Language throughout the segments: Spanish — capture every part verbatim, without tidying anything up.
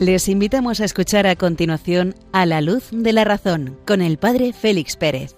Les invitamos a escuchar a continuación A la luz de la razón con el padre Félix Pérez.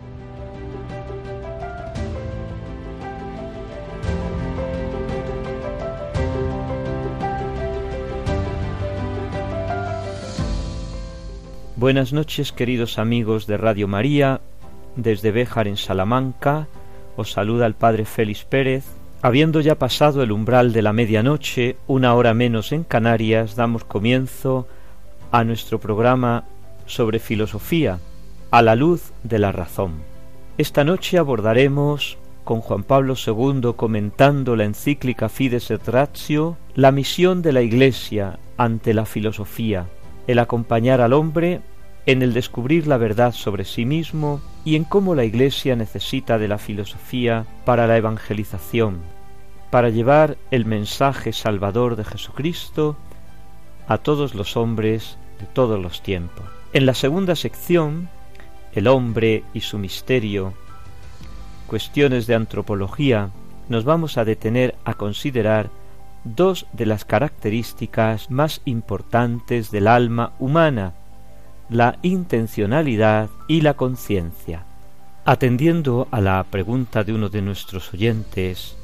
Buenas noches, queridos amigos de Radio María. Desde Béjar, en Salamanca, os saluda el padre Félix Pérez. Habiendo ya pasado el umbral de la medianoche, una hora menos en Canarias, damos comienzo a nuestro programa sobre filosofía, a la luz de la razón. Esta noche abordaremos, con Juan Pablo segundo comentando la encíclica Fides et Ratio, la misión de la Iglesia ante la filosofía, el acompañar al hombre en el descubrir la verdad sobre sí mismo y en cómo la Iglesia necesita de la filosofía para la evangelización, para llevar el mensaje salvador de Jesucristo a todos los hombres de todos los tiempos. En la segunda sección, el hombre y su misterio, cuestiones de antropología, nos vamos a detener a considerar dos de las características más importantes del alma humana, la intencionalidad y la conciencia. Atendiendo a la pregunta de uno de nuestros oyentes,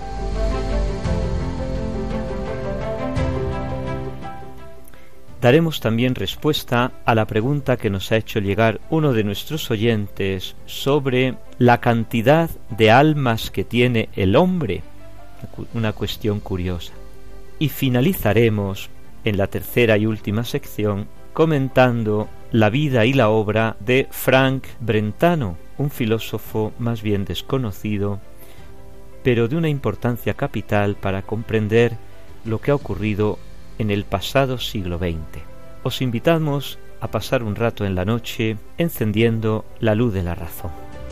daremos también respuesta a la pregunta que nos ha hecho llegar uno de nuestros oyentes sobre la cantidad de almas que tiene el hombre, una cuestión curiosa. Y finalizaremos en la tercera y última sección comentando la vida y la obra de Frank Brentano, un filósofo más bien desconocido, pero de una importancia capital para comprender lo que ha ocurrido en el pasado siglo veinte. Os invitamos a pasar un rato en la noche encendiendo la luz de la razón.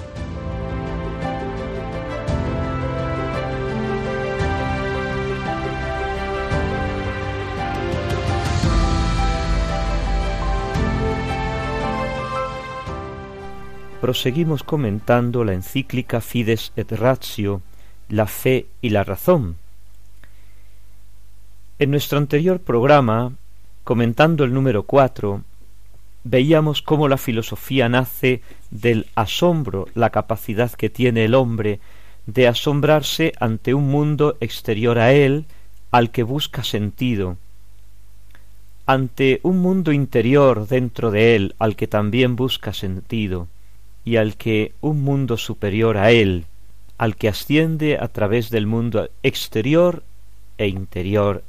Proseguimos comentando la encíclica Fides et Ratio, la fe y la razón. En nuestro anterior programa, comentando el número cuatro, veíamos cómo la filosofía nace del asombro, la capacidad que tiene el hombre de asombrarse ante un mundo exterior a él, al que busca sentido, ante un mundo interior dentro de él, al que también busca sentido, y al que un mundo superior a él, al que asciende a través del mundo exterior e interior.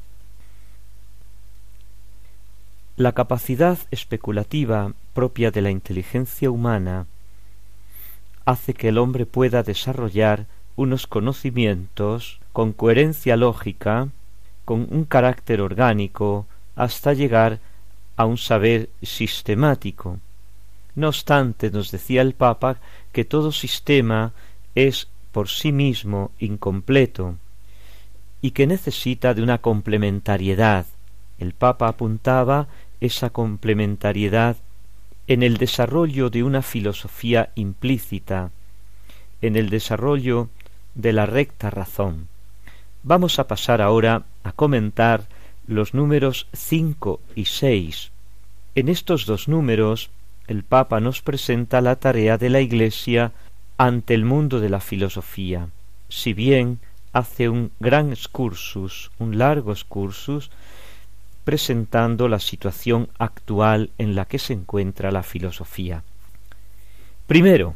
La capacidad especulativa propia de la inteligencia humana hace que el hombre pueda desarrollar unos conocimientos con coherencia lógica, con un carácter orgánico, hasta llegar a un saber sistemático. No obstante, nos decía el Papa que todo sistema es por sí mismo incompleto y que necesita de una complementariedad. El Papa apuntaba esa complementariedad en el desarrollo de una filosofía implícita, en el desarrollo de la recta razón. Vamos a pasar ahora a comentar los números cinco y seis. En estos dos números, el Papa nos presenta la tarea de la Iglesia ante el mundo de la filosofía. Si bien hace un gran excursus, un largo excursus, presentando la situación actual en la que se encuentra la filosofía. Primero,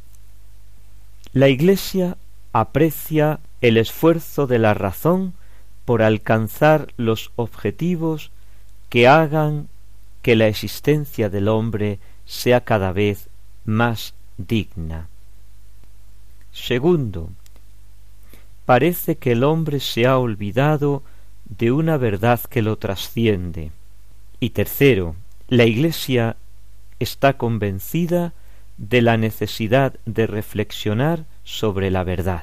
la Iglesia aprecia el esfuerzo de la razón por alcanzar los objetivos que hagan que la existencia del hombre sea cada vez más digna. Segundo, parece que el hombre se ha olvidado de una verdad que lo trasciende. Y tercero, la Iglesia está convencida de la necesidad de reflexionar sobre la verdad.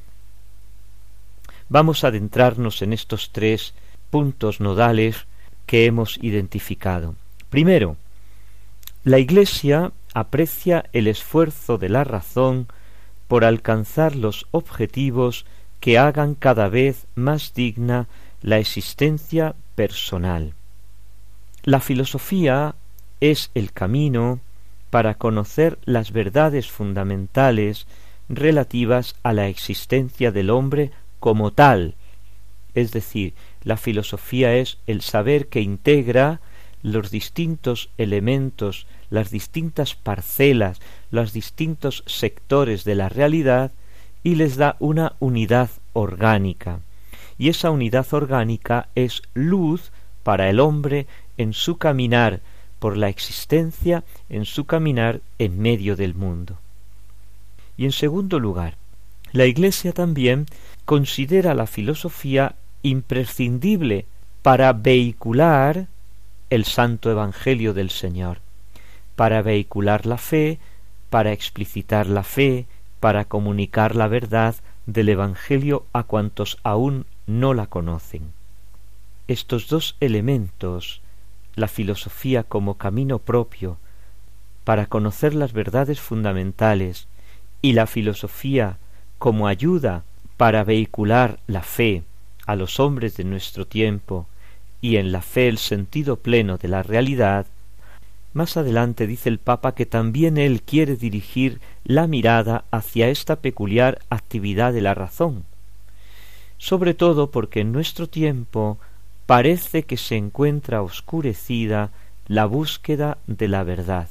Vamos a adentrarnos en estos tres puntos nodales que hemos identificado. Primero, la Iglesia aprecia el esfuerzo de la razón por alcanzar los objetivos que hagan cada vez más digna la existencia personal. La filosofía es el camino para conocer las verdades fundamentales relativas a la existencia del hombre como tal. Es decir, la filosofía es el saber que integra los distintos elementos, las distintas parcelas, los distintos sectores de la realidad y les da una unidad orgánica. Y esa unidad orgánica es luz para el hombre en su caminar por la existencia, en su caminar en medio del mundo. Y en segundo lugar, la Iglesia también considera la filosofía imprescindible para vehicular el santo Evangelio del Señor, para vehicular la fe, para explicitar la fe, para comunicar la verdad del Evangelio a cuantos aún no la conocen. Estos dos elementos, la filosofía como camino propio para conocer las verdades fundamentales y la filosofía como ayuda para vehicular la fe a los hombres de nuestro tiempo y en la fe el sentido pleno de la realidad, más adelante dice el Papa que también él quiere dirigir la mirada hacia esta peculiar actividad de la razón, sobre todo porque en nuestro tiempo parece que se encuentra oscurecida la búsqueda de la verdad.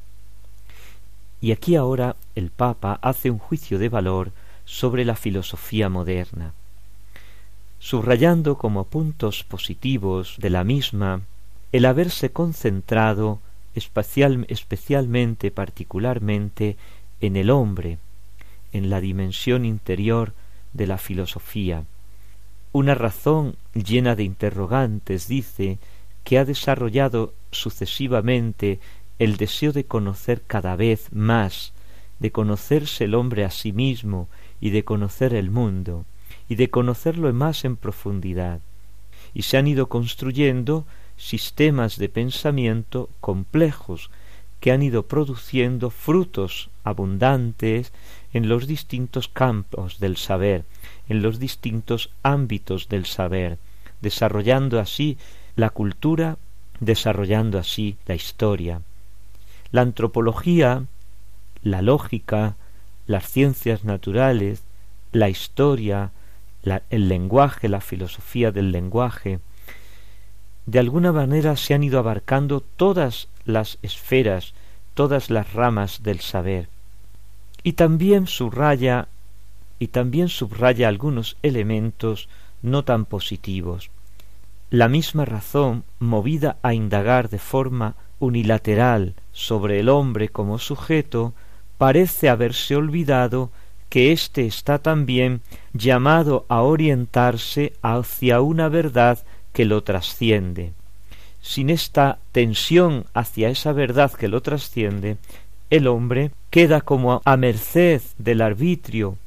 Y aquí ahora el Papa hace un juicio de valor sobre la filosofía moderna, subrayando como puntos positivos de la misma el haberse concentrado especial, especialmente, particularmente, en el hombre, en la dimensión interior de la filosofía. Una razón llena de interrogantes, dice, que ha desarrollado sucesivamente el deseo de conocer cada vez más, de conocerse el hombre a sí mismo y de conocer el mundo, y de conocerlo más en profundidad. Y se han ido construyendo sistemas de pensamiento complejos que han ido produciendo frutos abundantes en los distintos campos del saber, en los distintos ámbitos del saber, desarrollando así la cultura, desarrollando así la historia. La antropología, la lógica, las ciencias naturales, la historia, la, el lenguaje, la filosofía del lenguaje, de alguna manera se han ido abarcando todas las esferas, todas las ramas del saber. Y también subraya, y también subraya algunos elementos no tan positivos. La misma razón, movida a indagar de forma unilateral sobre el hombre como sujeto, parece haberse olvidado que éste está también llamado a orientarse hacia una verdad que lo trasciende. Sin esta tensión hacia esa verdad que lo trasciende, el hombre queda como a merced del arbitrio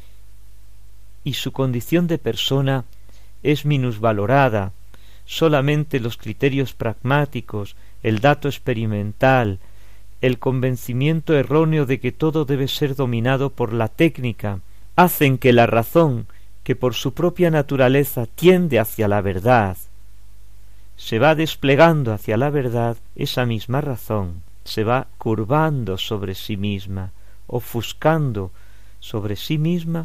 y su condición de persona es minusvalorada. Solamente los criterios pragmáticos, el dato experimental, el convencimiento erróneo de que todo debe ser dominado por la técnica, hacen que la razón, que por su propia naturaleza tiende hacia la verdad, se va desplegando hacia la verdad, esa misma razón se va curvando sobre sí misma, ofuscando sobre sí misma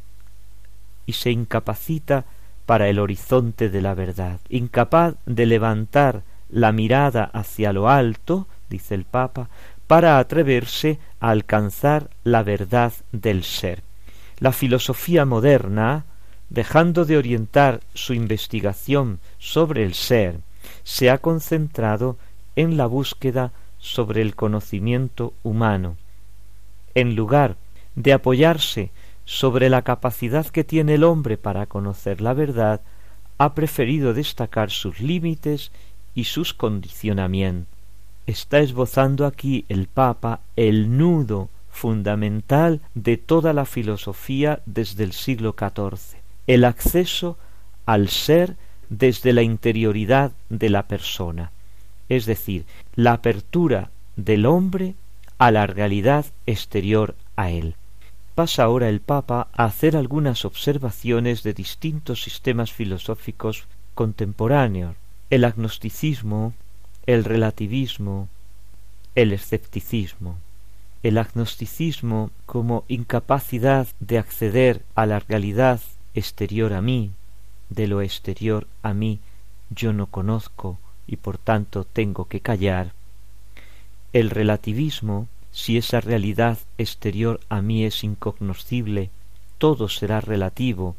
y se incapacita para el horizonte de la verdad, incapaz de levantar la mirada hacia lo alto, dice el Papa, para atreverse a alcanzar la verdad del ser. La filosofía moderna, dejando de orientar su investigación sobre el ser, se ha concentrado en la búsqueda sobre el conocimiento humano. En lugar de apoyarse sobre la capacidad que tiene el hombre para conocer la verdad, ha preferido destacar sus límites y sus condicionamientos. Está esbozando aquí el Papa el nudo fundamental de toda la filosofía desde el siglo catorce, el acceso al ser desde la interioridad de la persona, es decir, la apertura del hombre a la realidad exterior a él. Pasa ahora el Papa a hacer algunas observaciones de distintos sistemas filosóficos contemporáneos. El agnosticismo, el relativismo, el escepticismo, el agnosticismo como incapacidad de acceder a la realidad exterior a mí, de lo exterior a mí yo no conozco y por tanto tengo que callar. El relativismo, si esa realidad exterior a mí es incognoscible, todo será relativo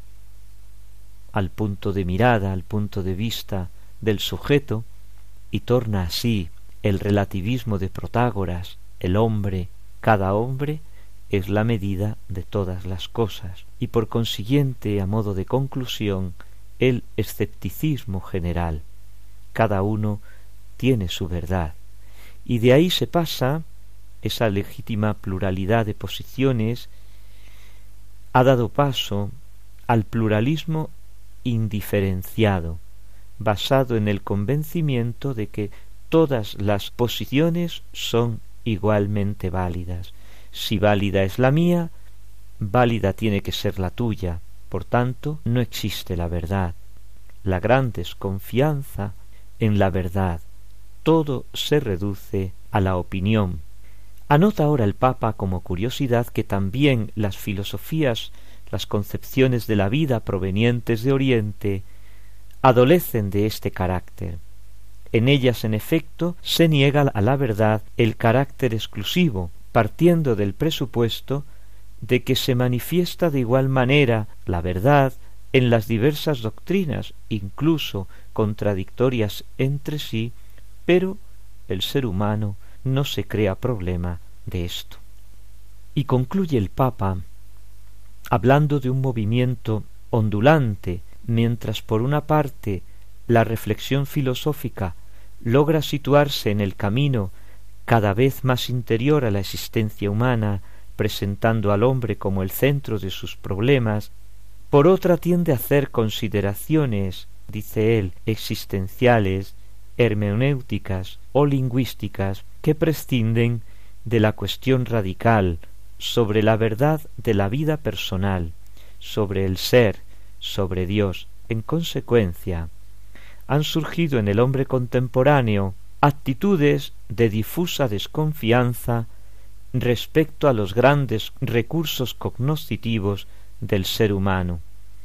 al punto de mirada, al punto de vista del sujeto, y torna así el relativismo de Protágoras, el hombre, cada hombre es la medida de todas las cosas, y por consiguiente, a modo de conclusión, el escepticismo general. Cada uno tiene su verdad, y de ahí se pasa esa legítima pluralidad de posiciones, ha dado paso al pluralismo indiferenciado, basado en el convencimiento de que todas las posiciones son igualmente válidas. Si válida es la mía, válida tiene que ser la tuya. Por tanto, no existe la verdad. La gran desconfianza en la verdad. Todo se reduce a la opinión. Anota ahora el Papa como curiosidad que también las filosofías, las concepciones de la vida provenientes de Oriente, adolecen de este carácter. En ellas, en efecto, se niega a la verdad el carácter exclusivo, partiendo del presupuesto de que se manifiesta de igual manera la verdad en las diversas doctrinas, incluso contradictorias entre sí, pero el ser humano no se crea problema de esto. Y concluye el Papa hablando de un movimiento ondulante, mientras por una parte la reflexión filosófica logra situarse en el camino cada vez más interior a la existencia humana, presentando al hombre como el centro de sus problemas, por otra tiende a hacer consideraciones, dice él, existenciales, hermenéuticas o lingüísticas que prescinden de la cuestión radical sobre la verdad de la vida personal, sobre el ser, sobre Dios. En consecuencia, han surgido en el hombre contemporáneo actitudes de difusa desconfianza respecto a los grandes recursos cognoscitivos del ser humano.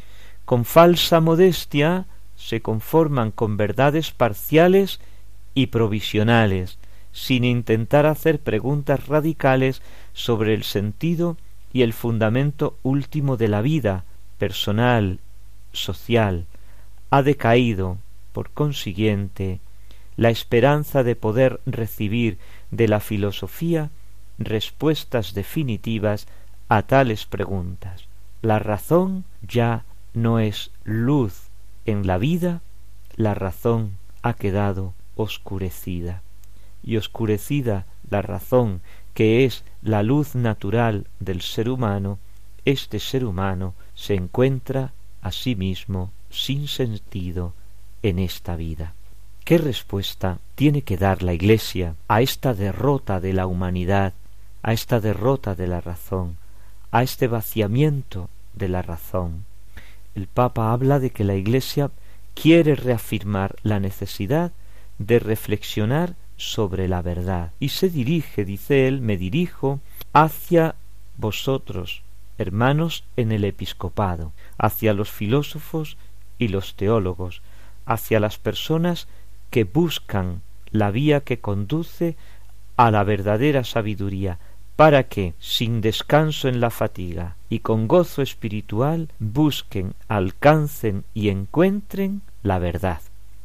Con falsa modestia se conforman con verdades parciales y provisionales, sin intentar hacer preguntas radicales sobre el sentido y el fundamento último de la vida personal, social. Ha decaído, por consiguiente, la esperanza de poder recibir de la filosofía respuestas definitivas a tales preguntas. La razón ya no es luz en la vida, la razón ha quedado oscurecida. Y oscurecida la razón, que es la luz natural del ser humano, este ser humano se encuentra a sí mismo sin sentido en esta vida. ¿Qué respuesta tiene que dar la Iglesia a esta derrota de la humanidad, a esta derrota de la razón, a este vaciamiento de la razón? El Papa habla de que la Iglesia quiere reafirmar la necesidad de reflexionar sobre la verdad y se dirige, dice él, me dirijo hacia vosotros, hermanos en el episcopado, hacia los filósofos y los teólogos, hacia las personas que buscan la vía que conduce a la verdadera sabiduría, para que, sin descanso en la fatiga y con gozo espiritual, busquen, alcancen y encuentren la verdad.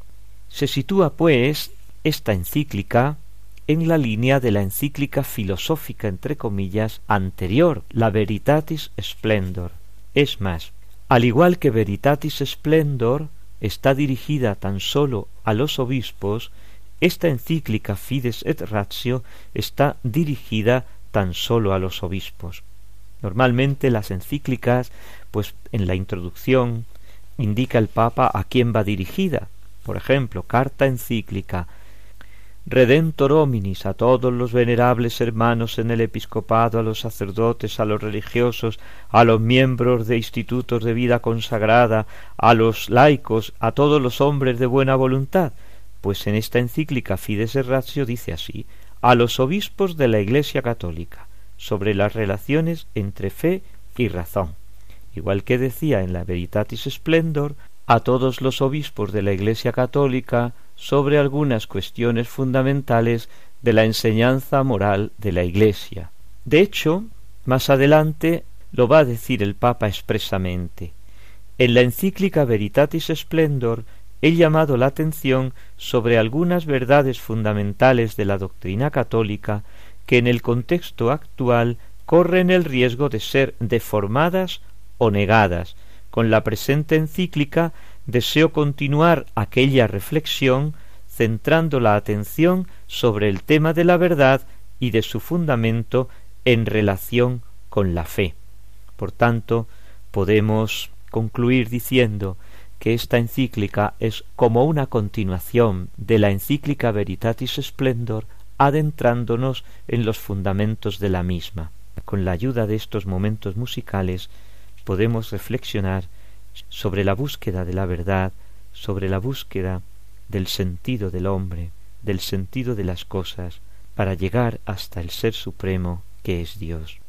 Se sitúa, pues, esta encíclica en la línea de la encíclica filosófica, entre comillas, anterior, la Veritatis Splendor. Es más, al igual que Veritatis Splendor está dirigida tan solo a los obispos, esta encíclica Fides et Ratio está dirigida tan solo a los obispos. Normalmente las encíclicas, pues en la introducción indica el Papa a quién va dirigida. Por ejemplo, carta encíclica Redentor hominis, a todos los venerables hermanos en el episcopado, a los sacerdotes, a los religiosos, a los miembros de institutos de vida consagrada, a los laicos, a todos los hombres de buena voluntad. Pues en esta encíclica Fides et Ratio dice así: a los obispos de la Iglesia Católica, sobre las relaciones entre fe y razón. Igual que decía en la Veritatis Splendor, a todos los obispos de la Iglesia Católica sobre algunas cuestiones fundamentales de la enseñanza moral de la Iglesia. De hecho, más adelante lo va a decir el Papa expresamente. En la encíclica Veritatis Splendor he llamado la atención sobre algunas verdades fundamentales de la doctrina católica que en el contexto actual corren el riesgo de ser deformadas o negadas. Con la presente encíclica deseo continuar aquella reflexión centrando la atención sobre el tema de la verdad y de su fundamento en relación con la fe. Por tanto, podemos concluir diciendo que esta encíclica es como una continuación de la encíclica Veritatis Splendor, adentrándonos en los fundamentos de la misma. Con la ayuda de estos momentos musicales podemos reflexionar sobre la búsqueda de la verdad, sobre la búsqueda del sentido del hombre, del sentido de las cosas, para llegar hasta el Ser Supremo que es Dios.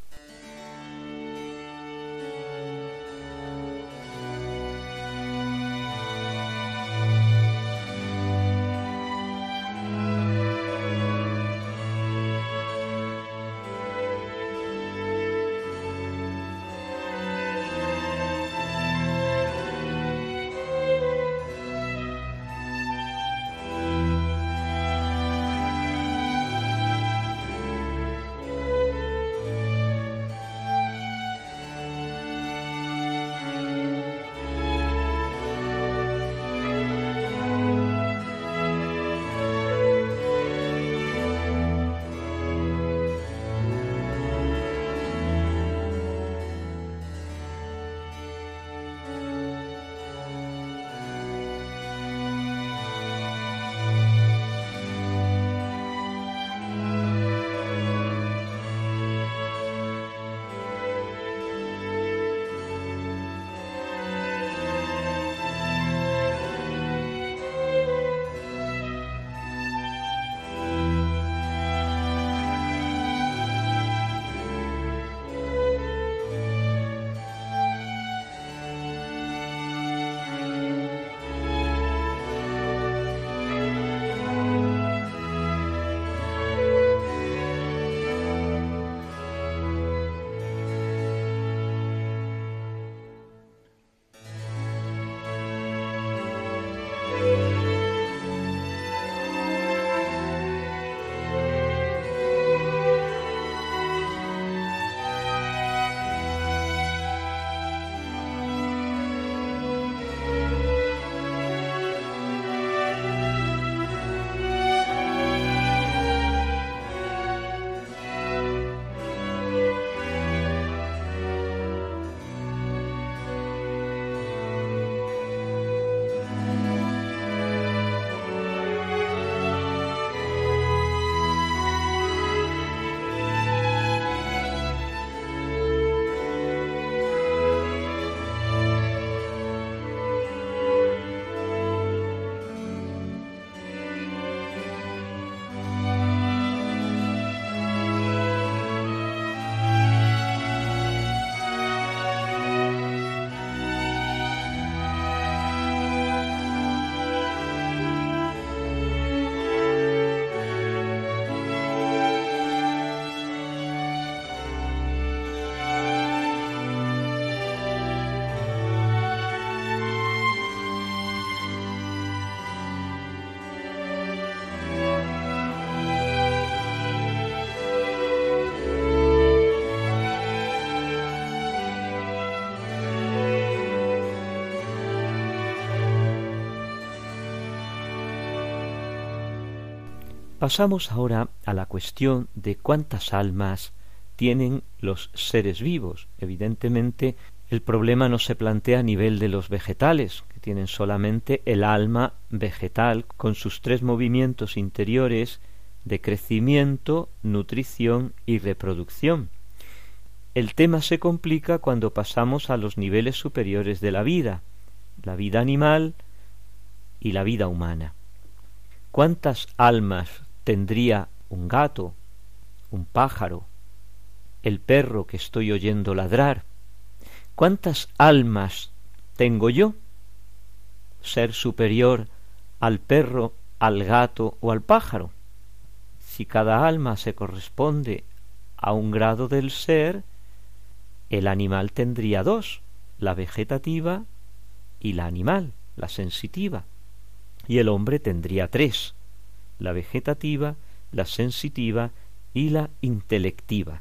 Pasamos ahora a la cuestión de cuántas almas tienen los seres vivos. Evidentemente, el problema no se plantea a nivel de los vegetales, que tienen solamente el alma vegetal, con sus tres movimientos interiores de crecimiento, nutrición y reproducción. El tema se complica cuando pasamos a los niveles superiores de la vida, la vida animal y la vida humana. ¿Cuántas almas tendría un gato, un pájaro, el perro que estoy oyendo ladrar? ¿Cuántas almas tengo yo? ¿Ser superior al perro, al gato o al pájaro? Si cada alma se corresponde a un grado del ser, el animal tendría dos, la vegetativa y la animal, la sensitiva, y el hombre tendría tres, la vegetativa, la sensitiva y la intelectiva.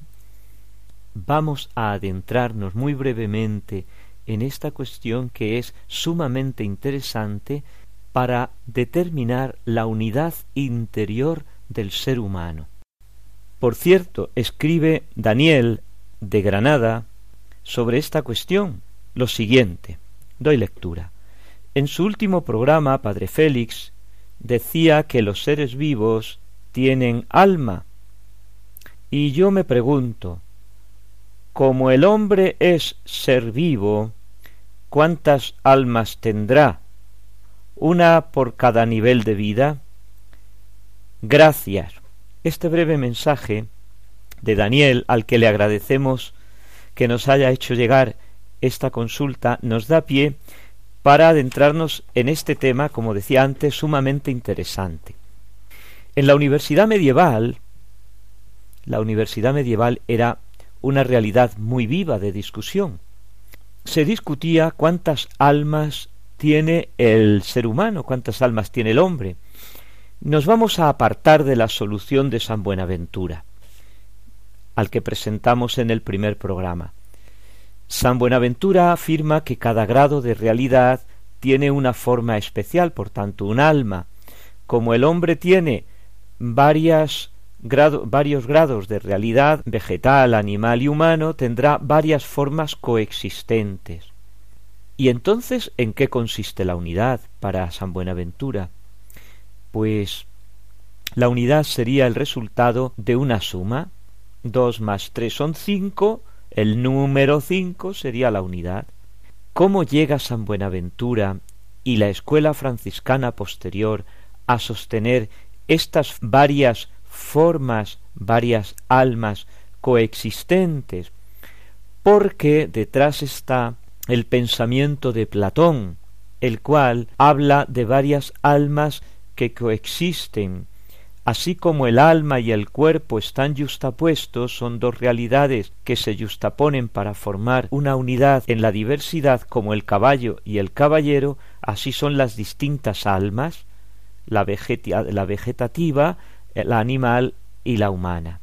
Vamos a adentrarnos muy brevemente en esta cuestión que es sumamente interesante para determinar la unidad interior del ser humano. Por cierto, escribe Daniel de Granada sobre esta cuestión lo siguiente. Doy lectura. En su último programa, Padre Félix decía que los seres vivos tienen alma. Y yo me pregunto, como el hombre es ser vivo, ¿cuántas almas tendrá? ¿Una por cada nivel de vida? Gracias. Este breve mensaje de Daniel, al que le agradecemos que nos haya hecho llegar esta consulta, nos da pie para adentrarnos en este tema, como decía antes, sumamente interesante. En la universidad medieval, la universidad medieval era una realidad muy viva de discusión. Se discutía cuántas almas tiene el ser humano, cuántas almas tiene el hombre. Nos vamos a apartar de la solución de San Buenaventura, al que presentamos en el primer programa. San Buenaventura afirma que cada grado de realidad tiene una forma especial, por tanto, un alma. Como el hombre tiene varias grado, varios grados de realidad, vegetal, animal y humano, tendrá varias formas coexistentes. ¿Y entonces en qué consiste la unidad para San Buenaventura? Pues la unidad sería el resultado de una suma. Dos más tres son cinco, el número cinco sería la unidad. ¿Cómo llega San Buenaventura y la escuela franciscana posterior a sostener estas varias formas, varias almas coexistentes? Porque detrás está el pensamiento de Platón, el cual habla de varias almas que coexisten. Así como el alma y el cuerpo están yuxtapuestos, son dos realidades que se yuxtaponen para formar una unidad en la diversidad, como el caballo y el caballero, así son las distintas almas, la, vegeta, la vegetativa, la animal y la humana.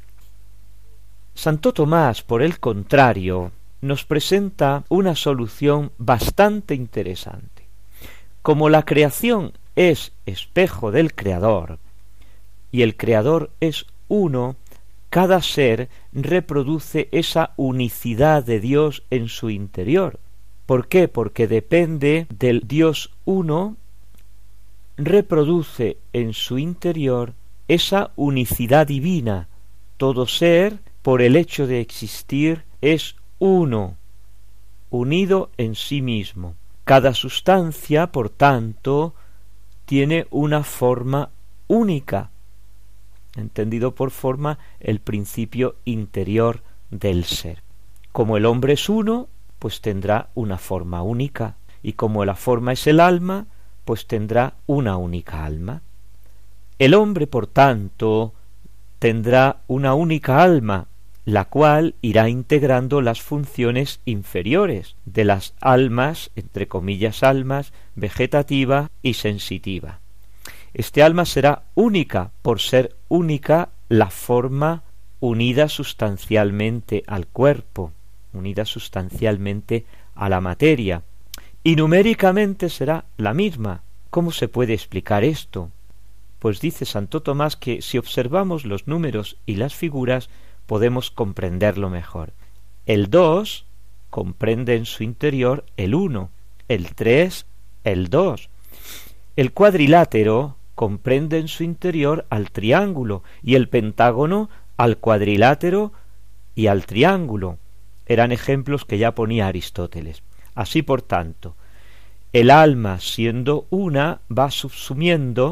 Santo Tomás, por el contrario, nos presenta una solución bastante interesante. Como la creación es espejo del Creador, y el Creador es uno, cada ser reproduce esa unicidad de Dios en su interior. ¿Por qué? Porque depende del Dios uno, reproduce en su interior esa unicidad divina. Todo ser, por el hecho de existir, es uno, unido en sí mismo. Cada sustancia, por tanto, tiene una forma única, entendido por forma el principio interior del ser. Como el hombre es uno, pues tendrá una forma única, y como la forma es el alma, pues tendrá una única alma. El hombre, por tanto, tendrá una única alma, la cual irá integrando las funciones inferiores de las almas, entre comillas almas, vegetativa y sensitiva. Este alma será única, por ser única la forma unida sustancialmente al cuerpo, unida sustancialmente a la materia, y numéricamente será la misma. ¿Cómo se puede explicar esto? Pues dice Santo Tomás que si observamos los números y las figuras podemos comprenderlo mejor. El dos comprende en su interior el uno, el tres el dos. El cuadrilátero comprende en su interior al triángulo y el pentágono al cuadrilátero y al triángulo. Eran ejemplos que ya ponía Aristóteles. Así, por tanto, el alma, siendo una, va subsumiendo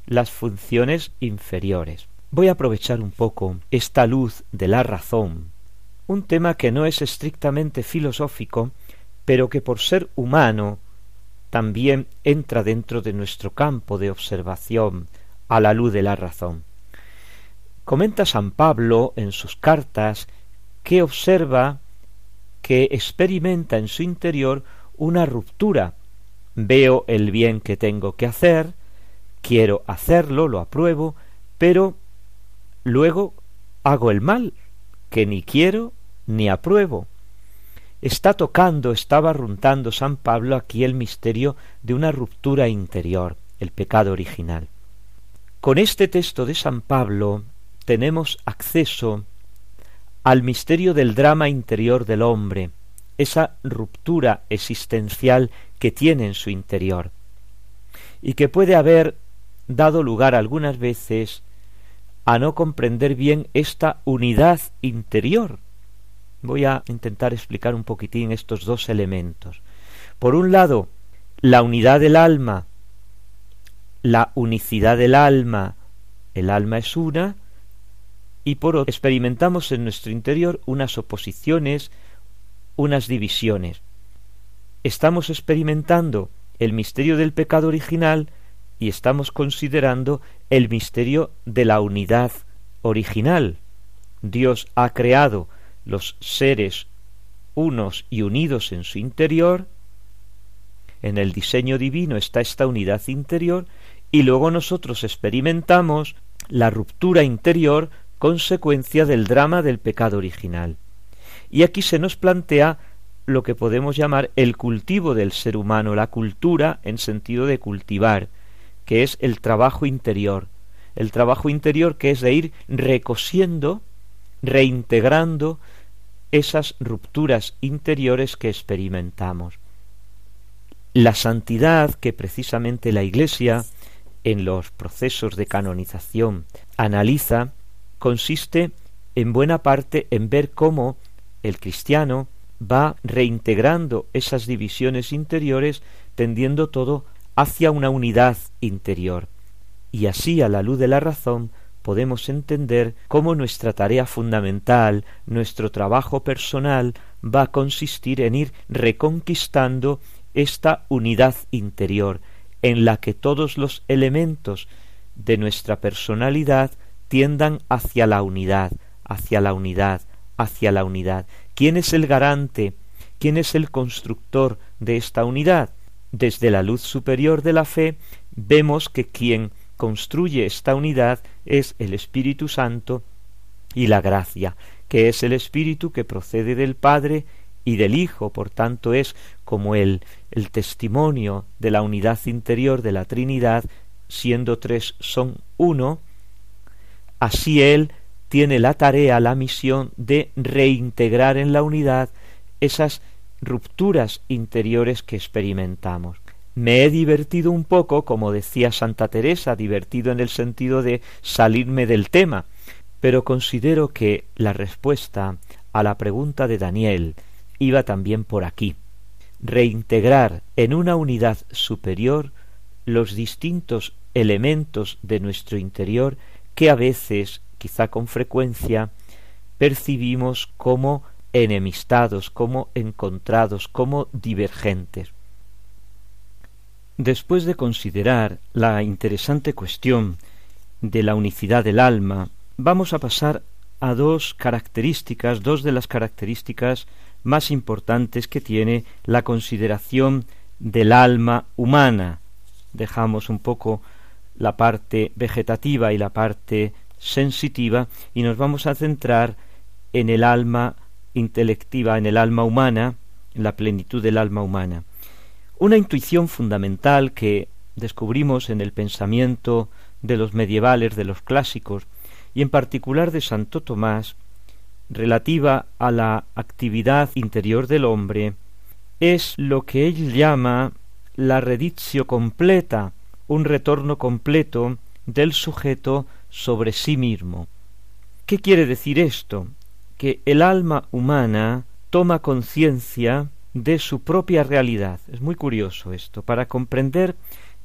las funciones inferiores. Voy a aprovechar un poco esta luz de la razón, un tema que no es estrictamente filosófico, pero que por ser humano también entra dentro de nuestro campo de observación a la luz de la razón. Comenta San Pablo en sus cartas que observa, que experimenta en su interior una ruptura. Veo el bien que tengo que hacer, quiero hacerlo, lo apruebo, pero luego hago el mal, que ni quiero ni apruebo. Está tocando, está barruntando San Pablo aquí el misterio de una ruptura interior, el pecado original. Con este texto de San Pablo tenemos acceso al misterio del drama interior del hombre, esa ruptura existencial que tiene en su interior, y que puede haber dado lugar algunas veces a no comprender bien esta unidad interior. Voy a intentar explicar un poquitín estos dos elementos. Por un lado, la unidad del alma, la unicidad del alma, el alma es una, y por otro, experimentamos en nuestro interior unas oposiciones, unas divisiones. Estamos experimentando el misterio del pecado original y estamos considerando el misterio de la unidad original. Dios ha creado los seres unos y unidos en su interior, en el diseño divino está esta unidad interior, y luego nosotros experimentamos la ruptura interior consecuencia del drama del pecado original. Y aquí se nos plantea lo que podemos llamar el cultivo del ser humano, la cultura en sentido de cultivar, que es el trabajo interior, el trabajo interior que es de ir recosiendo, reintegrando esas rupturas interiores que experimentamos. La santidad que precisamente la Iglesia en los procesos de canonización analiza consiste en buena parte en ver cómo el cristiano va reintegrando esas divisiones interiores, tendiendo todo hacia una unidad interior. Y así, a la luz de la razón, podemos entender cómo nuestra tarea fundamental, nuestro trabajo personal, va a consistir en ir reconquistando esta unidad interior, en la que todos los elementos de nuestra personalidad tiendan hacia la unidad, hacia la unidad, hacia la unidad. ¿Quién es el garante? ¿Quién es el constructor de esta unidad? Desde la luz superior de la fe vemos que quien construye esta unidad es el Espíritu Santo y la gracia, que es el Espíritu que procede del Padre y del Hijo, por tanto es como el, el testimonio de la unidad interior de la Trinidad, siendo tres son uno. Así Él tiene la tarea, la misión de reintegrar en la unidad esas rupturas interiores que experimentamos. Me he divertido un poco, como decía Santa Teresa, divertido en el sentido de salirme del tema, pero considero que la respuesta a la pregunta de Daniel iba también por aquí: reintegrar en una unidad superior los distintos elementos de nuestro interior que a veces, quizá con frecuencia, percibimos como enemistados, como encontrados, como divergentes. Después de considerar la interesante cuestión de la unicidad del alma, vamos a pasar a dos características, dos de las características más importantes que tiene la consideración del alma humana. Dejamos un poco la parte vegetativa y la parte sensitiva y nos vamos a centrar en el alma intelectiva, en el alma humana, en la plenitud del alma humana. Una intuición fundamental que descubrimos en el pensamiento de los medievales, de los clásicos, y en particular de Santo Tomás, relativa a la actividad interior del hombre, es lo que él llama la reditio completa, un retorno completo del sujeto sobre sí mismo. ¿Qué quiere decir esto? Que el alma humana toma conciencia de su propia realidad. Es muy curioso esto. Para comprender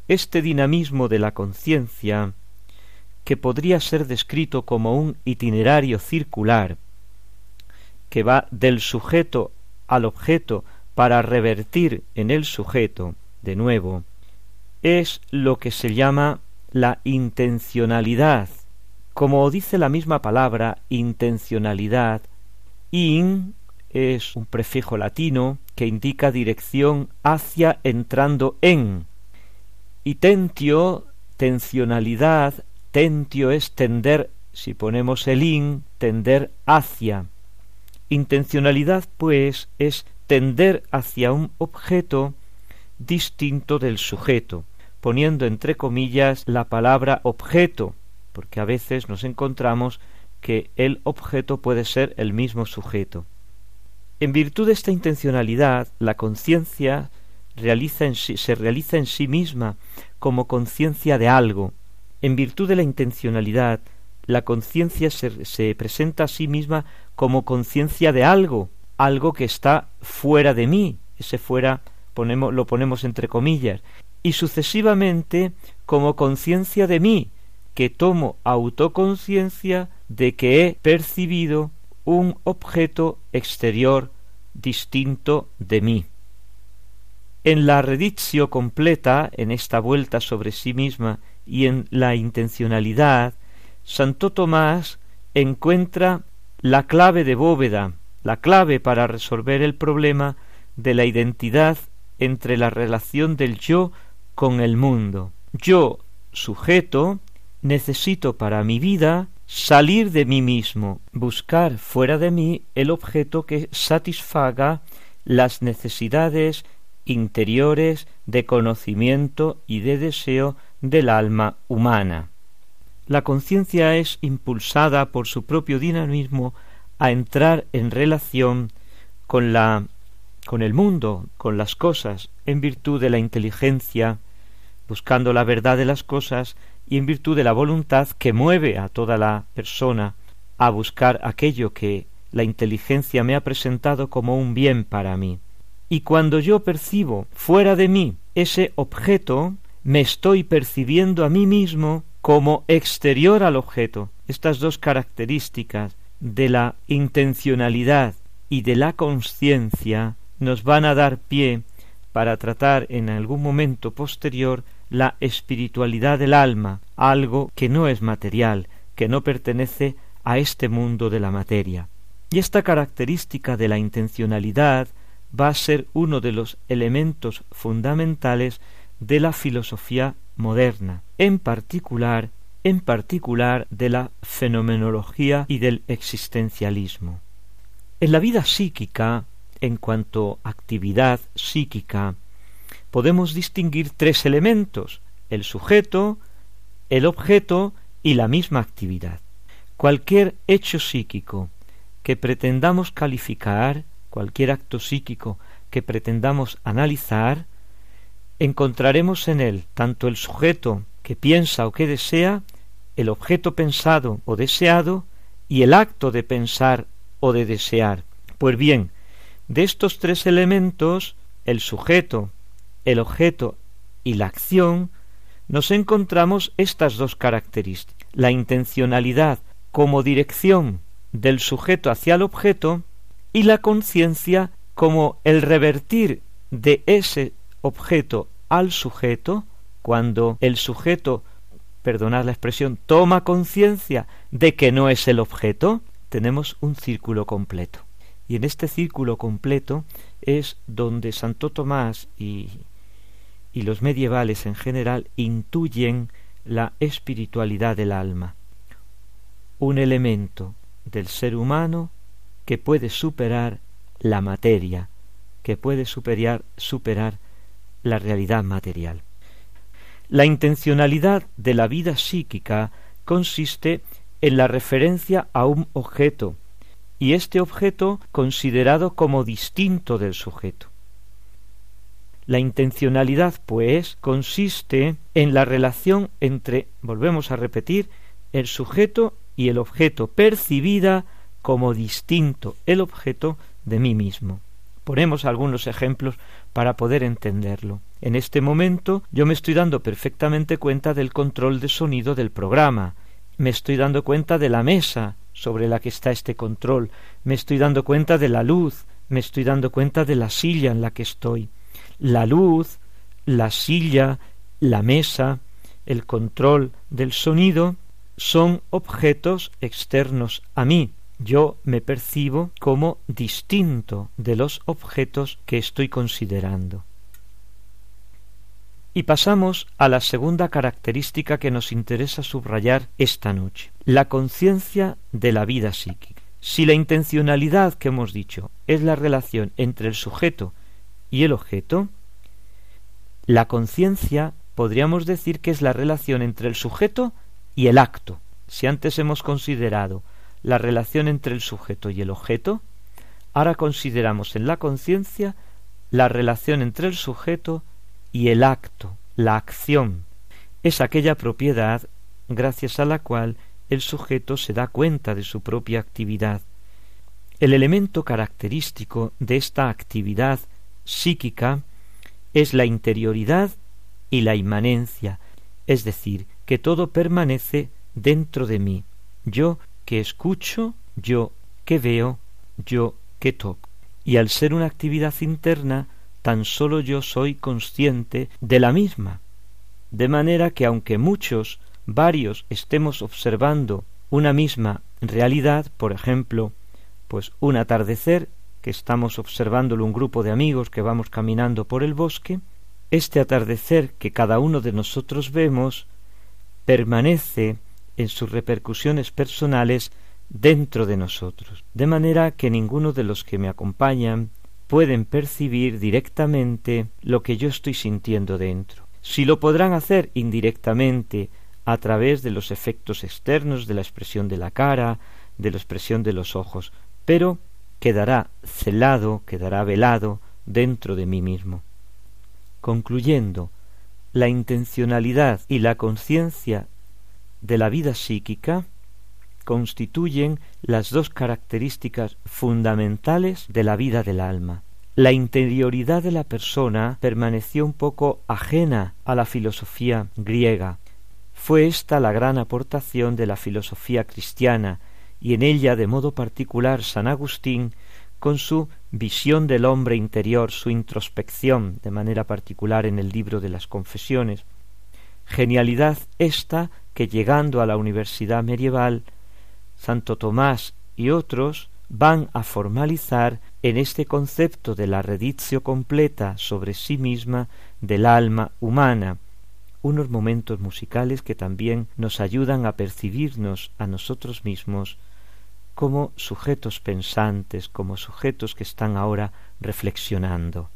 este dinamismo de la conciencia, que podría ser descrito como un itinerario circular, que va del sujeto al objeto para revertir en el sujeto de nuevo, es lo que se llama la intencionalidad. Como dice la misma palabra, intencionalidad, in es un prefijo latino que indica dirección hacia entrando en, y tentio, tencionalidad, tentio es tender, si ponemos el in, tender hacia. Intencionalidad, pues, es tender hacia un objeto distinto del sujeto, poniendo entre comillas la palabra objeto, porque a veces nos encontramos que el objeto puede ser el mismo sujeto. En virtud de esta intencionalidad, la conciencia realiza en sí, se realiza en sí misma como conciencia de algo. En virtud de la intencionalidad, la conciencia se, se presenta a sí misma como conciencia de algo, algo que está fuera de mí, ese fuera ponemos, lo ponemos entre comillas, y sucesivamente como conciencia de mí, que tomo autoconciencia de que he percibido un objeto exterior distinto de mí. En la redictio completa, en esta vuelta sobre sí misma y en la intencionalidad, Santo Tomás encuentra la clave de bóveda, la clave para resolver el problema de la identidad entre la relación del yo con el mundo. Yo, sujeto, necesito para mi vida salir de mí mismo, buscar fuera de mí el objeto que satisfaga las necesidades interiores de conocimiento y de deseo del alma humana. La conciencia es impulsada por su propio dinamismo a entrar en relación con la con el mundo, con las cosas, en virtud de la inteligencia, buscando la verdad de las cosas, y en virtud de la voluntad que mueve a toda la persona a buscar aquello que la inteligencia me ha presentado como un bien para mí. Y cuando yo percibo fuera de mí ese objeto, me estoy percibiendo a mí mismo como exterior al objeto. Estas dos características de la intencionalidad y de la consciencia nos van a dar pie para tratar en algún momento posterior la espiritualidad del alma, algo que no es material, que no pertenece a este mundo de la materia. Y esta característica de la intencionalidad va a ser uno de los elementos fundamentales de la filosofía moderna, en particular, en particular de la fenomenología y del existencialismo. En la vida psíquica, en cuanto a actividad psíquica, podemos distinguir tres elementos: el sujeto, el objeto y la misma actividad. Cualquier hecho psíquico que pretendamos calificar, cualquier acto psíquico que pretendamos analizar, encontraremos en él tanto el sujeto que piensa o que desea, el objeto pensado o deseado y el acto de pensar o de desear. Pues bien, de estos tres elementos, el sujeto, el objeto y la acción, nos encontramos estas dos características: la intencionalidad como dirección del sujeto hacia el objeto y la conciencia como el revertir de ese objeto al sujeto, cuando el sujeto, perdonad la expresión, toma conciencia de que no es el objeto, tenemos un círculo completo. Y en este círculo completo es donde Santo Tomás y, y los medievales en general intuyen la espiritualidad del alma, un elemento del ser humano que puede superar la materia, que puede superar, superar la realidad material. La intencionalidad de la vida psíquica consiste en la referencia a un objeto, y este objeto considerado como distinto del sujeto. La intencionalidad, pues, consiste en la relación entre, volvemos a repetir, el sujeto y el objeto, percibida como distinto el objeto de mí mismo. Ponemos algunos ejemplos para poder entenderlo. En este momento yo me estoy dando perfectamente cuenta del control de sonido del programa, me estoy dando cuenta de la mesa sobre la que está este control, me estoy dando cuenta de la luz, me estoy dando cuenta de la silla en la que estoy. La luz, la silla, la mesa, el control del sonido son objetos externos a mí. Yo me percibo como distinto de los objetos que estoy considerando. Y pasamos a la segunda característica que nos interesa subrayar esta noche, la conciencia de la vida psíquica. Si la intencionalidad que hemos dicho es la relación entre el sujeto y el objeto, la conciencia podríamos decir que es la relación entre el sujeto y el acto. Si antes hemos considerado la relación entre el sujeto y el objeto, ahora consideramos en la conciencia la relación entre el sujeto y el acto, la acción. Es aquella propiedad gracias a la cual el sujeto se da cuenta de su propia actividad. El elemento característico de esta actividad psíquica es la interioridad y la inmanencia, es decir, que todo permanece dentro de mí, yo que escucho, yo que veo, yo que toco. Y al ser una actividad interna, tan solo yo soy consciente de la misma, de manera que aunque muchos, varios, estemos observando una misma realidad, por ejemplo, pues un atardecer, que estamos observándolo un grupo de amigos que vamos caminando por el bosque, este atardecer que cada uno de nosotros vemos permanece en sus repercusiones personales dentro de nosotros, de manera que ninguno de los que me acompañan pueden percibir directamente lo que yo estoy sintiendo dentro. Si lo podrán hacer indirectamente a través de los efectos externos, de la expresión de la cara, de la expresión de los ojos, pero quedará celado, quedará velado dentro de mí mismo. Concluyendo, la intencionalidad y la conciencia de la vida psíquica constituyen las dos características fundamentales de la vida del alma. La interioridad de la persona permaneció un poco ajena a la filosofía griega. Fue esta la gran aportación de la filosofía cristiana, y en ella de modo particular San Agustín, con su visión del hombre interior, su introspección, de manera particular en el libro de las Confesiones. Genialidad esta que, llegando a la universidad medieval, Santo Tomás y otros van a formalizar en este concepto de la reditio completa sobre sí misma del alma humana, unos momentos musicales que también nos ayudan a percibirnos a nosotros mismos como sujetos pensantes, como sujetos que están ahora reflexionando.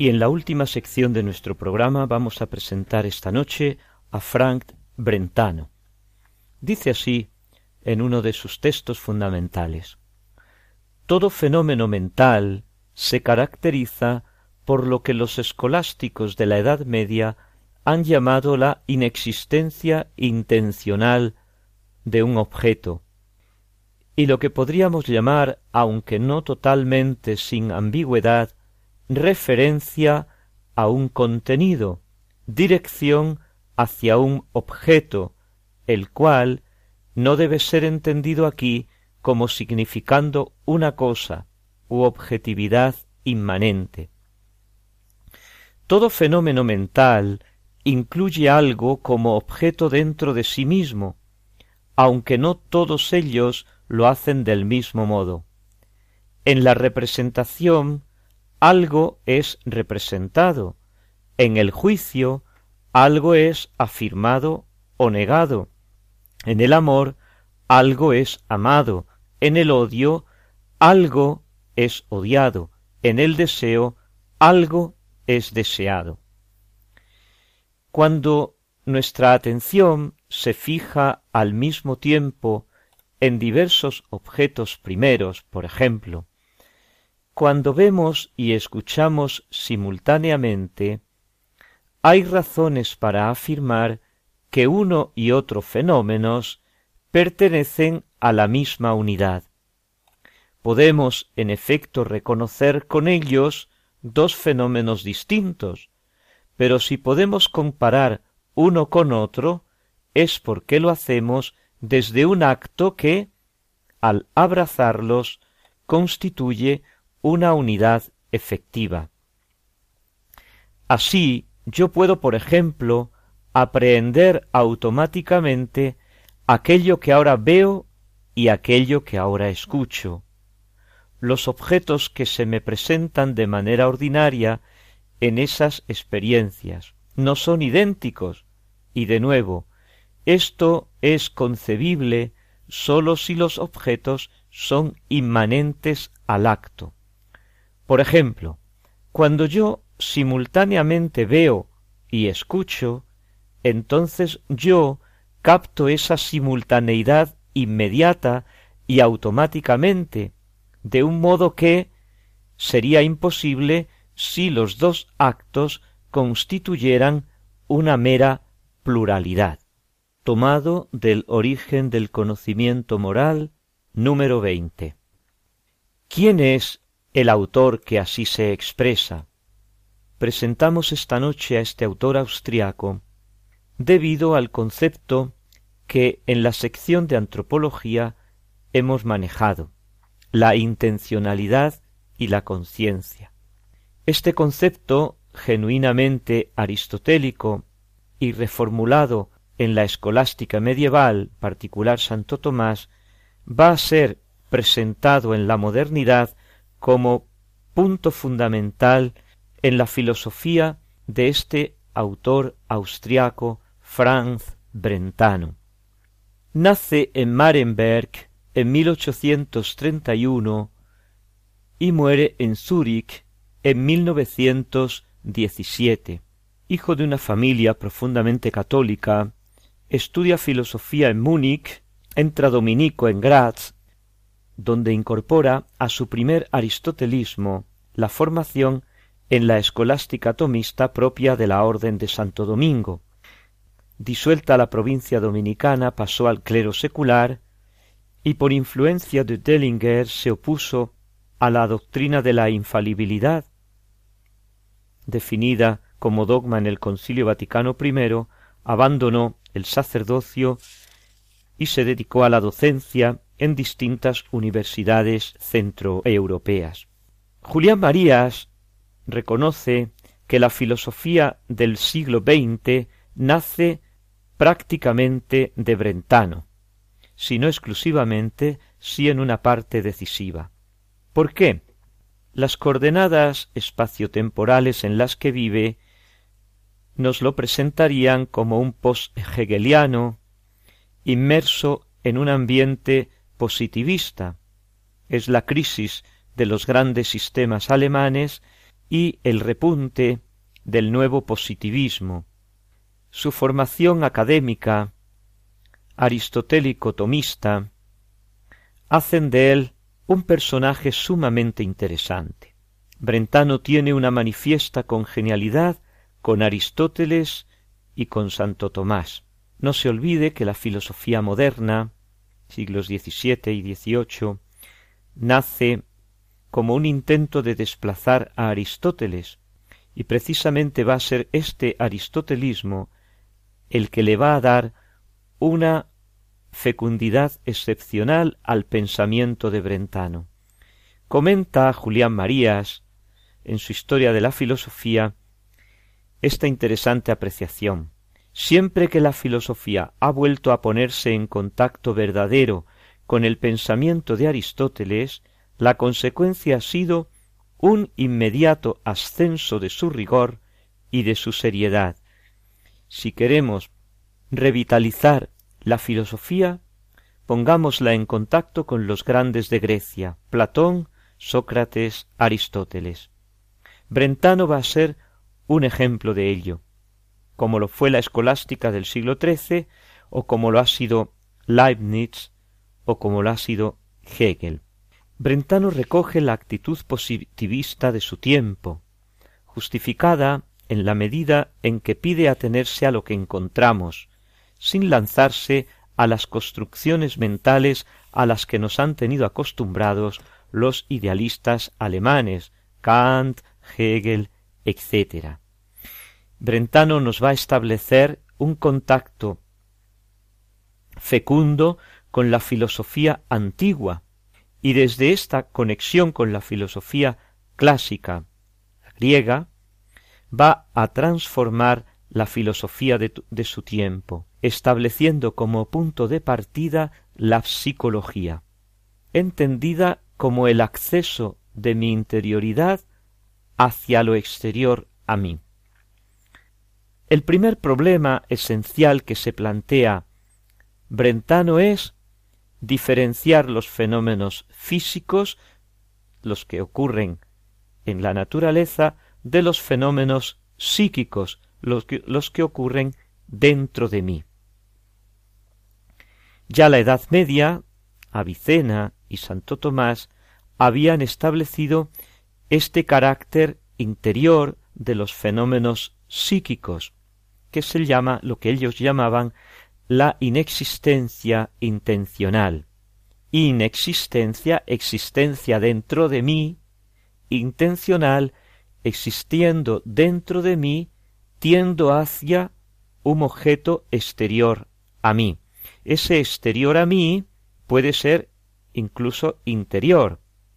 Y en la última sección de nuestro programa vamos a presentar esta noche a Frank Brentano. Dice así en uno de sus textos fundamentales: todo fenómeno mental se caracteriza por lo que los escolásticos de la Edad Media han llamado la inexistencia intencional de un objeto, y lo que podríamos llamar, aunque no totalmente sin ambigüedad, referencia a un contenido, dirección hacia un objeto, el cual no debe ser entendido aquí como significando una cosa u objetividad inmanente. Todo fenómeno mental incluye algo como objeto dentro de sí mismo, aunque no todos ellos lo hacen del mismo modo. En la representación, algo es representado; en el juicio, algo es afirmado o negado; en el amor, algo es amado; en el odio, algo es odiado; en el deseo, algo es deseado. Cuando nuestra atención se fija al mismo tiempo en diversos objetos primeros, por ejemplo, cuando vemos y escuchamos simultáneamente, hay razones para afirmar que uno y otro fenómenos pertenecen a la misma unidad. Podemos, en efecto, reconocer con ellos dos fenómenos distintos, pero si podemos comparar uno con otro, es porque lo hacemos desde un acto que, al abrazarlos, constituye una unidad efectiva. Así, yo puedo, por ejemplo, aprehender automáticamente aquello que ahora veo y aquello que ahora escucho. Los objetos que se me presentan de manera ordinaria en esas experiencias no son idénticos, y de nuevo, esto es concebible sólo si los objetos son inmanentes al acto. Por ejemplo, cuando yo simultáneamente veo y escucho, entonces yo capto esa simultaneidad inmediata y automáticamente, de un modo que sería imposible si los dos actos constituyeran una mera pluralidad. Tomado del Origen del Conocimiento Moral, número veinte. ¿Quién es el autor que así se expresa? Presentamos esta noche a este autor austriaco debido al concepto que en la sección de antropología hemos manejado, la intencionalidad y la conciencia. Este concepto, genuinamente aristotélico y reformulado en la escolástica medieval, particular Santo Tomás, va a ser presentado en la modernidad como punto fundamental en la filosofía de este autor austriaco Franz Brentano. Nace en Marenberg en mil ochocientos treinta y uno y muere en Zúrich en mil novecientos diecisiete. Hijo de una familia profundamente católica, estudia filosofía en Múnich, entra dominico en Graz, donde incorpora a su primer aristotelismo la formación en la escolástica tomista propia de la Orden de Santo Domingo. Disuelta la provincia dominicana, pasó al clero secular y por influencia de Dellinger se opuso a la doctrina de la infalibilidad, definida como dogma en el Concilio Vaticano primero, abandonó el sacerdocio y se dedicó a la docencia en distintas universidades centroeuropeas. Julián Marías reconoce que la filosofía del siglo veinte nace prácticamente de Brentano, si no exclusivamente, sí en una parte decisiva. ¿Por qué? Las coordenadas espaciotemporales en las que vive nos lo presentarían como un post-hegeliano inmerso en un ambiente positivista. Es la crisis de los grandes sistemas alemanes y el repunte del nuevo positivismo. Su formación académica aristotélico-tomista hacen de él un personaje sumamente interesante. Brentano tiene una manifiesta congenialidad con Aristóteles y con Santo Tomás. No se olvide que la filosofía moderna, siglos diecisiete y dieciocho, nace como un intento de desplazar a Aristóteles, y precisamente va a ser este aristotelismo el que le va a dar una fecundidad excepcional al pensamiento de Brentano. Comenta Julián Marías, en su Historia de la Filosofía, esta interesante apreciación. Siempre que la filosofía ha vuelto a ponerse en contacto verdadero con el pensamiento de Aristóteles, la consecuencia ha sido un inmediato ascenso de su rigor y de su seriedad. Si queremos revitalizar la filosofía, pongámosla en contacto con los grandes de Grecia, Platón, Sócrates, Aristóteles. Brentano va a ser un ejemplo de ello, como lo fue la escolástica del siglo trece, o como lo ha sido Leibniz, o como lo ha sido Hegel. Brentano recoge la actitud positivista de su tiempo, justificada en la medida en que pide atenerse a lo que encontramos, sin lanzarse a las construcciones mentales a las que nos han tenido acostumbrados los idealistas alemanes, Kant, Hegel, etcétera. Brentano nos va a establecer un contacto fecundo con la filosofía antigua, y desde esta conexión con la filosofía clásica griega va a transformar la filosofía de, de su tiempo, estableciendo como punto de partida la psicología, entendida como el acceso de mi interioridad hacia lo exterior a mí. El primer problema esencial que se plantea Brentano es diferenciar los fenómenos físicos, los que ocurren en la naturaleza, de los fenómenos psíquicos, los que, los que ocurren dentro de mí. Ya la Edad Media, Avicena y Santo Tomás habían establecido este carácter interior de los fenómenos psíquicos, que se llama lo que ellos llamaban la inexistencia intencional. Inexistencia, existencia dentro de mí, intencional, existiendo dentro de mí, tiendo hacia un objeto exterior a mí. Ese exterior a mí puede ser incluso interior.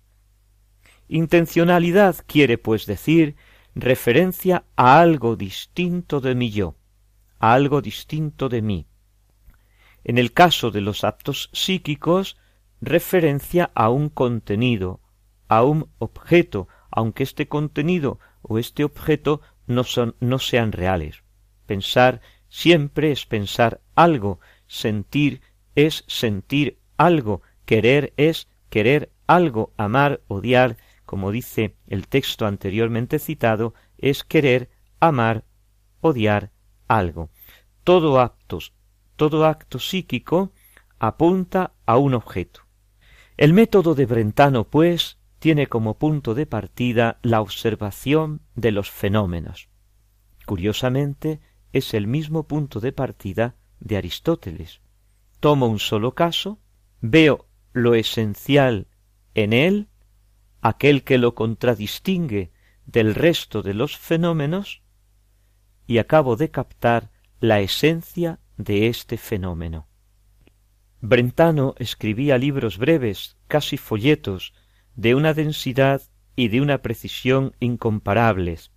Intencionalidad quiere pues decir referencia a algo distinto de mi yo, a algo distinto de mí. En el caso de los actos psíquicos, referencia a un contenido, a un objeto, aunque este contenido o este objeto no son, no sean reales. Pensar siempre es pensar algo, sentir es sentir algo, querer es querer algo, amar, odiar, como dice el texto anteriormente citado, es querer, amar, odiar algo. Todo acto, todo acto psíquico apunta a un objeto. El método de Brentano, pues, tiene como punto de partida la observación de los fenómenos. Curiosamente, es el mismo punto de partida de Aristóteles. Tomo un solo caso, veo lo esencial en él, aquel que lo contradistingue del resto de los fenómenos, y acabo de captar la esencia de este fenómeno. Brentano escribía libros breves, casi folletos, de una densidad y de una precisión incomparables,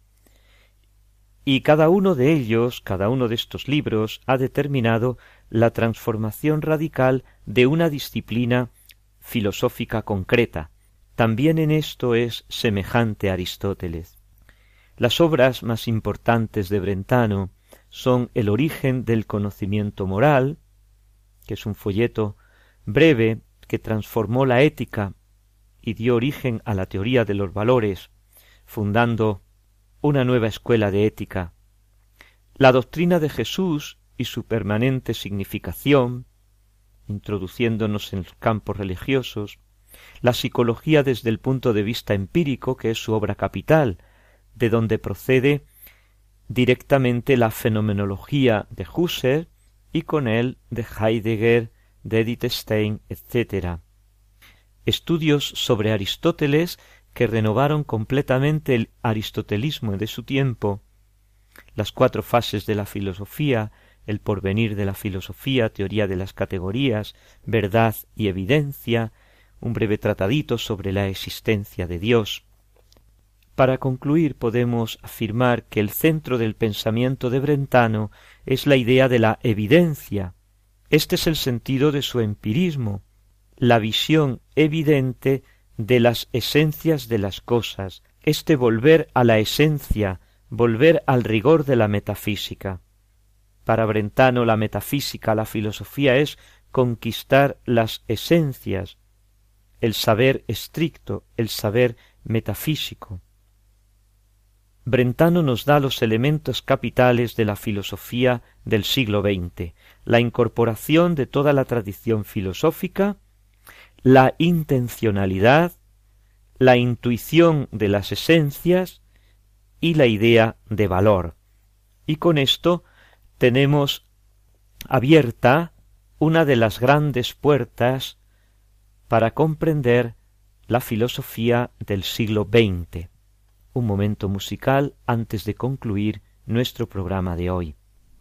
y cada uno de ellos, cada uno de estos libros, ha determinado la transformación radical de una disciplina filosófica concreta. También en esto es semejante a Aristóteles. Las obras más importantes de Brentano son El origen del conocimiento moral, que es un folleto breve que transformó la ética y dio origen a la teoría de los valores, fundando una nueva escuela de ética. La doctrina de Jesús y su permanente significación, introduciéndonos en los campos religiosos, la psicología desde el punto de vista empírico, que es su obra capital, de donde procede directamente la fenomenología de Husserl y con él de Heidegger, de Edith Stein, etcétera. Estudios sobre Aristóteles que renovaron completamente el aristotelismo de su tiempo, las cuatro fases de la filosofía, el porvenir de la filosofía, teoría de las categorías, verdad y evidencia, un breve tratadito sobre la existencia de Dios. Para concluir, podemos afirmar que el centro del pensamiento de Brentano es la idea de la evidencia. Este es el sentido de su empirismo, la visión evidente de las esencias de las cosas, este volver a la esencia, volver al rigor de la metafísica. Para Brentano la metafísica, la filosofía es conquistar las esencias, el saber estricto, el saber metafísico. Brentano nos da los elementos capitales de la filosofía del siglo veinte, la incorporación de toda la tradición filosófica, la intencionalidad, la intuición de las esencias y la idea de valor. Y con esto tenemos abierta una de las grandes puertas para comprender la filosofía del siglo veinte. Un momento musical antes de concluir nuestro programa de hoy.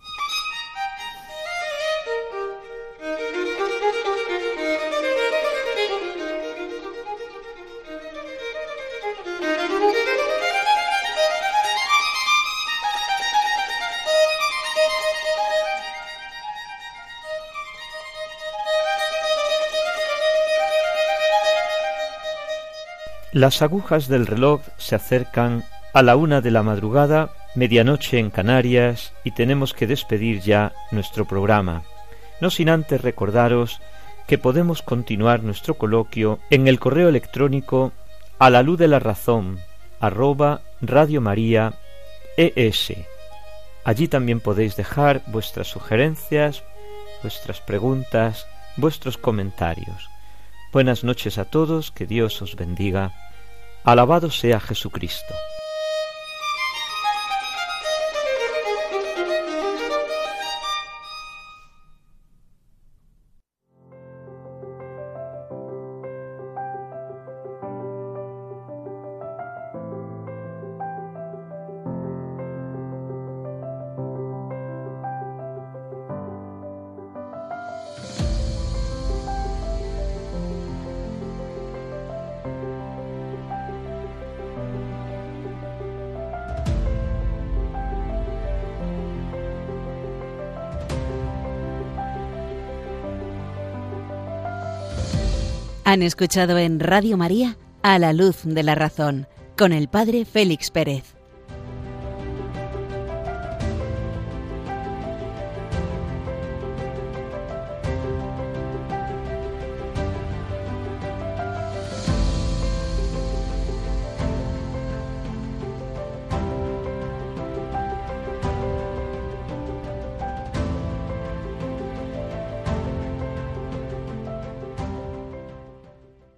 Las agujas del reloj se acercan a la una de la madrugada, medianoche en Canarias, y tenemos que despedir ya nuestro programa, no sin antes recordaros que podemos continuar nuestro coloquio en el correo electrónico a la luz de la razón arroba Radio María E S. Allí también podéis dejar vuestras sugerencias, vuestras preguntas, vuestros comentarios. Buenas noches a todos, que Dios os bendiga. Alabado sea Jesucristo. Han escuchado en Radio María A la Luz de la Razón con el Padre Félix Pérez.